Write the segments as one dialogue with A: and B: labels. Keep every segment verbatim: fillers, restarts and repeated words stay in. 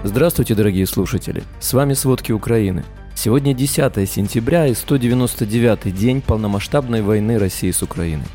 A: Здравствуйте, дорогие слушатели! С вами «Сводки Украины». Сегодня десятое сентября и сто девяносто девятый день полномасштабной войны России с Украиной.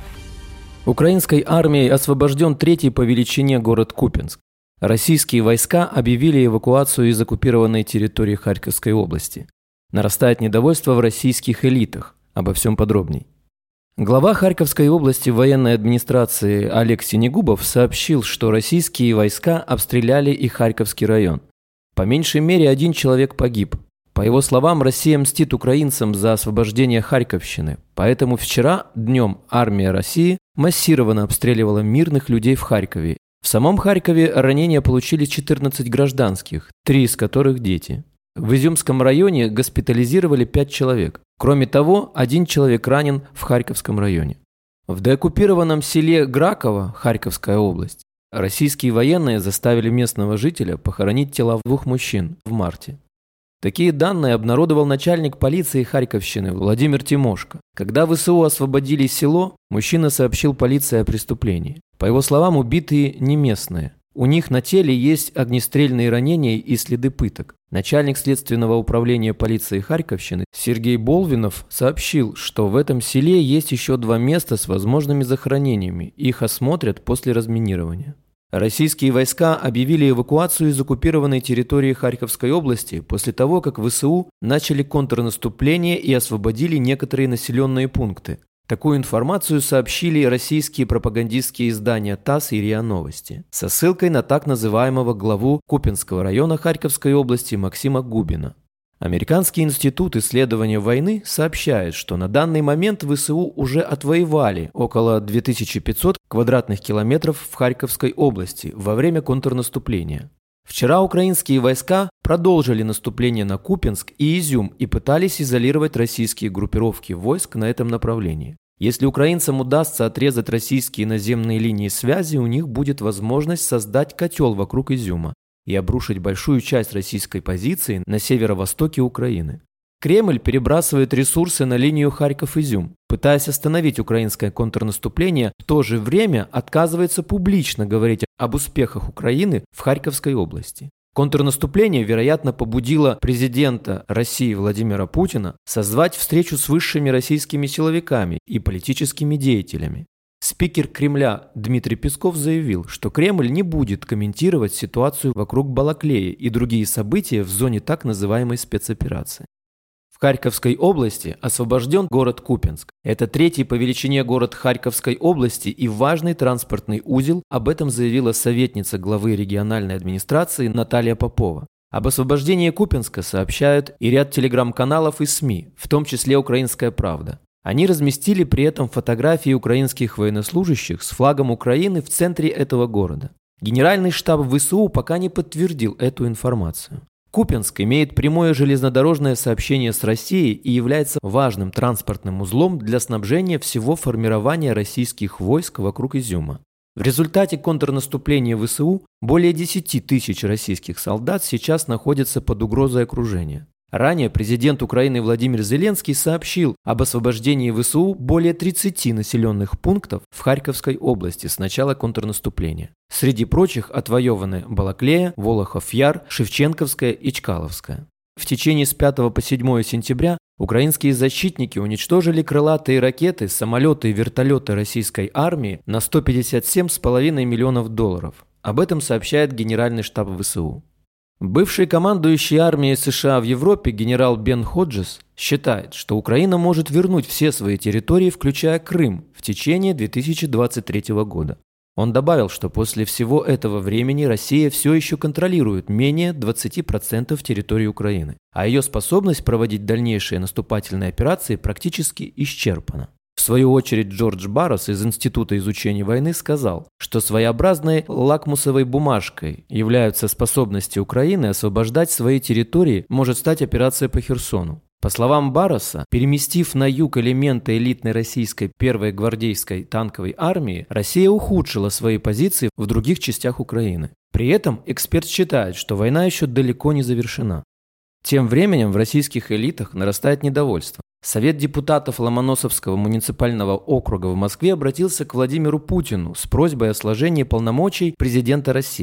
A: Украинской армией освобожден третий по величине город Купянск. Российские войска объявили эвакуацию из оккупированной территории Харьковской области. Нарастает недовольство в российских элитах. Обо всем подробней. Глава Харьковской области военной администрации Олег Синегубов сообщил, что российские войска обстреляли и Харьковский район. По меньшей мере один человек погиб. По его словам, Россия мстит украинцам за освобождение Харьковщины, поэтому вчера днем армия России массированно обстреливала мирных людей в Харькове. В самом Харькове ранения получили четырнадцать гражданских, три из которых дети. В Изюмском районе госпитализировали пять человек. Кроме того, один человек ранен в Харьковском районе. В деоккупированном селе Граково, Харьковская область, российские военные заставили местного жителя похоронить тела двух мужчин в марте. Такие данные обнародовал начальник полиции Харьковщины Владимир Тимошко. Когда ВСУ освободили село, мужчина сообщил полиции о преступлении. По его словам, убитые не местные. У них на теле есть огнестрельные ранения и следы пыток. Начальник следственного управления полиции Харьковщины Сергей Болвинов сообщил, что в этом селе есть еще два места с возможными захоронениями. Их осмотрят после разминирования. Российские войска объявили эвакуацию из оккупированной территории Харьковской области после того, как ВСУ начали контрнаступление и освободили некоторые населенные пункты. Такую информацию сообщили российские пропагандистские издания ТАСС и РИА Новости со ссылкой на так называемого главу Купянского района Харьковской области Максима Губина. Американский институт исследования войны сообщает, что на данный момент ВСУ уже отвоевали около две тысячи пятьсот квадратных километров в Харьковской области во время контрнаступления. Вчера украинские войска продолжили наступление на Купянск и Изюм и пытались изолировать российские группировки войск на этом направлении. Если украинцам удастся отрезать российские наземные линии связи, у них будет возможность создать котел вокруг Изюма и обрушить большую часть российской позиции на северо-востоке Украины. Кремль перебрасывает ресурсы на линию Харьков-Изюм, пытаясь остановить украинское контрнаступление, в то же время отказывается публично говорить об успехах Украины в Харьковской области. Контрнаступление, вероятно, побудило президента России Владимира Путина созвать встречу с высшими российскими силовиками и политическими деятелями. Спикер Кремля Дмитрий Песков заявил, что Кремль не будет комментировать ситуацию вокруг Балаклеи и другие события в зоне так называемой спецоперации. В Харьковской области освобожден город Купянск. Это третий по величине город Харьковской области и важный транспортный узел, об этом заявила советница главы региональной администрации Наталья Попова. Об освобождении Купянска сообщают и ряд телеграм-каналов и СМИ, в том числе «Украинская правда». Они разместили при этом фотографии украинских военнослужащих с флагом Украины в центре этого города. Генеральный штаб ВСУ пока не подтвердил эту информацию. Купянск имеет прямое железнодорожное сообщение с Россией и является важным транспортным узлом для снабжения всего формирования российских войск вокруг Изюма. В результате контрнаступления ВСУ более десяти тысяч российских солдат сейчас находятся под угрозой окружения. Ранее президент Украины Владимир Зеленский сообщил об освобождении ВСУ более тридцати населенных пунктов в Харьковской области с начала контрнаступления. Среди прочих отвоеваны Балаклея, Волохов-Яр, Шевченковская и Чкаловская. В течение с пятого по седьмое сентября украинские защитники уничтожили крылатые ракеты, самолеты и вертолеты российской армии на сто пятьдесят семь с половиной миллионов долларов. Об этом сообщает Генеральный штаб ВСУ. Бывший командующий армией США в Европе генерал Бен Ходжес считает, что Украина может вернуть все свои территории, включая Крым, в течение две тысячи двадцать третьего года. Он добавил, что после всего этого времени Россия все еще контролирует менее двадцати процентов территории Украины, а ее способность проводить дальнейшие наступательные операции практически исчерпана. В свою очередь Джордж Баррос из Института изучения войны сказал, что своеобразной лакмусовой бумажкой являются способности Украины освобождать свои территории, может стать операция по Херсону. По словам Барроса, переместив на юг элементы элитной российской первой гвардейской танковой армии, Россия ухудшила свои позиции в других частях Украины. При этом эксперт считает, что война еще далеко не завершена. Тем временем в российских элитах нарастает недовольство. Совет депутатов Ломоносовского муниципального округа в Москве обратился к Владимиру Путину с просьбой о сложении полномочий президента России.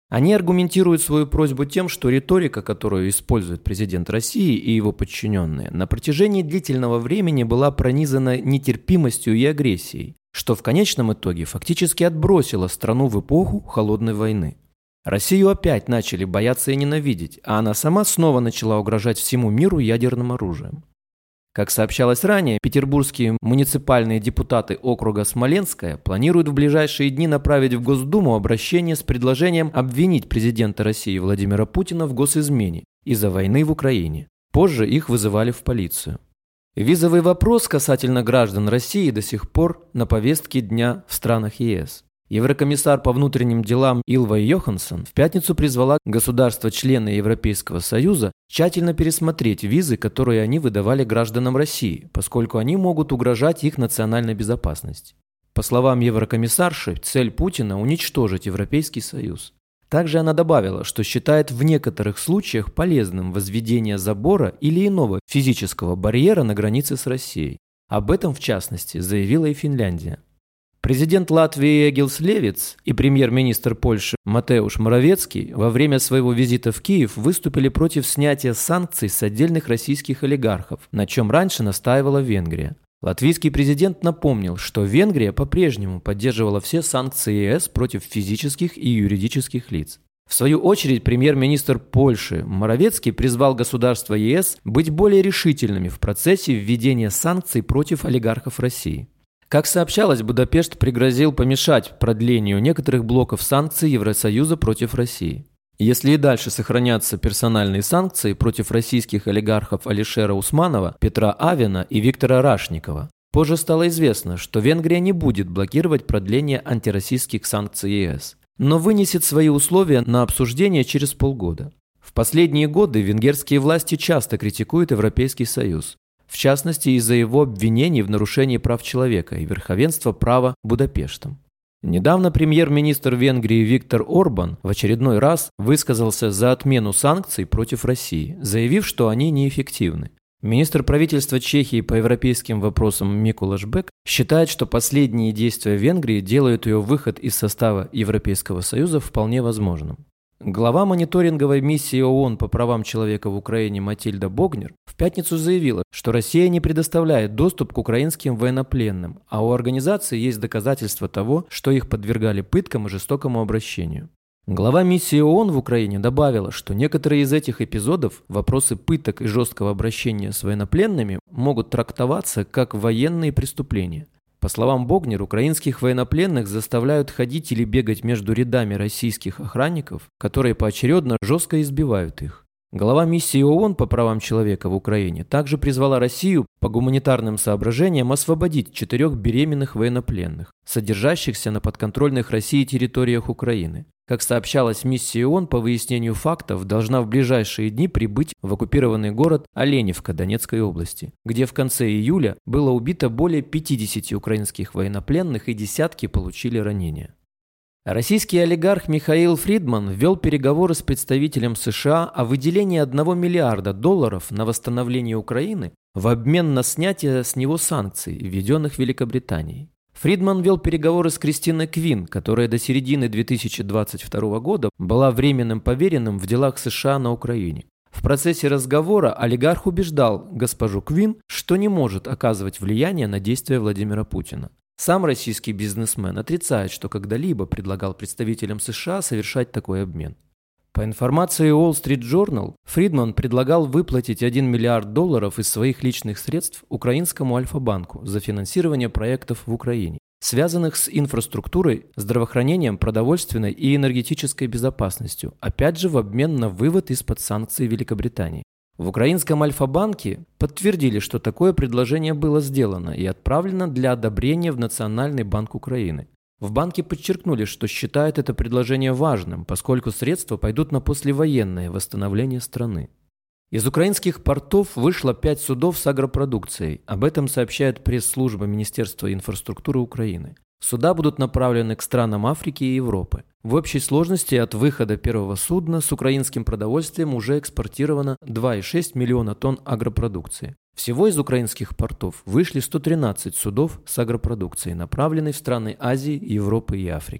A: Они аргументируют свою просьбу тем, что риторика, которую использует президент России и его подчиненные, на протяжении длительного времени была пронизана нетерпимостью и агрессией, что в конечном итоге фактически отбросило страну в эпоху холодной войны. Россию опять начали бояться и ненавидеть, а она сама снова начала угрожать всему миру ядерным оружием. Как сообщалось ранее, петербургские муниципальные депутаты округа Смоленская планируют в ближайшие дни направить в Госдуму обращение с предложением обвинить президента России Владимира Путина в госизмене из-за войны в Украине. Позже их вызывали в полицию. Визовый вопрос касательно граждан России до сих пор на повестке дня в странах ЕС. Еврокомиссар по внутренним делам Ylva Йоханссон в пятницу призвала государства-члены Европейского Союза тщательно пересмотреть визы, которые они выдавали гражданам России, поскольку они могут угрожать их национальной безопасности. По словам еврокомиссарши, цель Путина – уничтожить Европейский Союз. Также она добавила, что считает в некоторых случаях полезным возведение забора или иного физического барьера на границе с Россией. Об этом, в частности, заявила и Финляндия. Президент Латвии Эгилс Левитс и премьер-министр Польши Матеуш Моровецкий во время своего визита в Киев выступили против снятия санкций с отдельных российских олигархов, на чем раньше настаивала Венгрия. Латвийский президент напомнил, что Венгрия по-прежнему поддерживала все санкции ЕС против физических и юридических лиц. В свою очередь, премьер-министр Польши Моровецкий призвал государства ЕС быть более решительными в процессе введения санкций против олигархов России. Как сообщалось, Будапешт пригрозил помешать продлению некоторых блоков санкций Евросоюза против России. Если и дальше сохранятся персональные санкции против российских олигархов Алишера Усманова, Петра Авена и Виктора Рашникова. Позже стало известно, что Венгрия не будет блокировать продление антироссийских санкций ЕС, но вынесет свои условия на обсуждение через полгода. В последние годы венгерские власти часто критикуют Европейский Союз, в частности из-за его обвинений в нарушении прав человека и верховенства права Будапештом. Недавно премьер-министр Венгрии Виктор Орбан в очередной раз высказался за отмену санкций против России, заявив, что они неэффективны. Министр правительства Чехии по европейским вопросам Микулаш Бек считает, что последние действия Венгрии делают ее выход из состава Европейского Союза вполне возможным. Глава мониторинговой миссии ООН по правам человека в Украине Матильда Богнер в пятницу заявила, что Россия не предоставляет доступ к украинским военнопленным, а у организации есть доказательства того, что их подвергали пыткам и жестокому обращению. Глава миссии ООН в Украине добавила, что некоторые из этих эпизодов, вопросы пыток и жесткого обращения с военнопленными, могут трактоваться как военные преступления. По словам Богнер, украинских военнопленных заставляют ходить или бегать между рядами российских охранников, которые поочередно жестко избивают их. Глава миссии ООН по правам человека в Украине также призвала Россию по гуманитарным соображениям освободить четырех беременных военнопленных, содержащихся на подконтрольных России территориях Украины. Как сообщалось, миссия ООН по выяснению фактов должна в ближайшие дни прибыть в оккупированный город Оленевка Донецкой области, где в конце июля было убито более пятидесяти украинских военнопленных и десятки получили ранения. Российский олигарх Михаил Фридман ввел переговоры с представителем США о выделении одного миллиарда долларов на восстановление Украины в обмен на снятие с него санкций, введенных Великобританией. Фридман вел переговоры с Кристиной Квин, которая до середины две тысячи двадцать второго года была временным поверенным в делах США на Украине. В процессе разговора олигарх убеждал госпожу Квин, что не может оказывать влияние на действия Владимира Путина. Сам российский бизнесмен отрицает, что когда-либо предлагал представителям США совершать такой обмен. По информации Wall Street Journal, Фридман предлагал выплатить один миллиард долларов из своих личных средств украинскому Альфа-банку за финансирование проектов в Украине, связанных с инфраструктурой, здравоохранением, продовольственной и энергетической безопасностью, опять же в обмен на вывод из-под санкций Великобритании. В украинском Альфа-банке подтвердили, что такое предложение было сделано и отправлено для одобрения в Национальный банк Украины. В банке подчеркнули, что считают это предложение важным, поскольку средства пойдут на послевоенное восстановление страны. Из украинских портов вышло пять судов с агропродукцией. Об этом сообщает пресс-служба Министерства инфраструктуры Украины. Суда будут направлены к странам Африки и Европы. В общей сложности от выхода первого судна с украинским продовольствием уже экспортировано два и шесть миллиона тонн агропродукции. Всего из украинских портов вышли сто тринадцать судов с агропродукцией, направленной в страны Азии, Европы и Африки.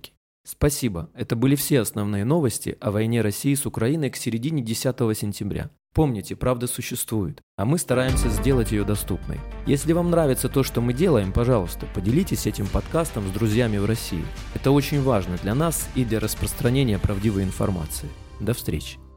A: Спасибо. Это были все основные новости о войне России с Украиной к середине десятого сентября. Помните, правда существует, а мы стараемся сделать ее доступной. Если вам нравится то, что мы делаем, пожалуйста, поделитесь этим подкастом с друзьями в России. Это очень важно для нас и для распространения правдивой информации. До встречи.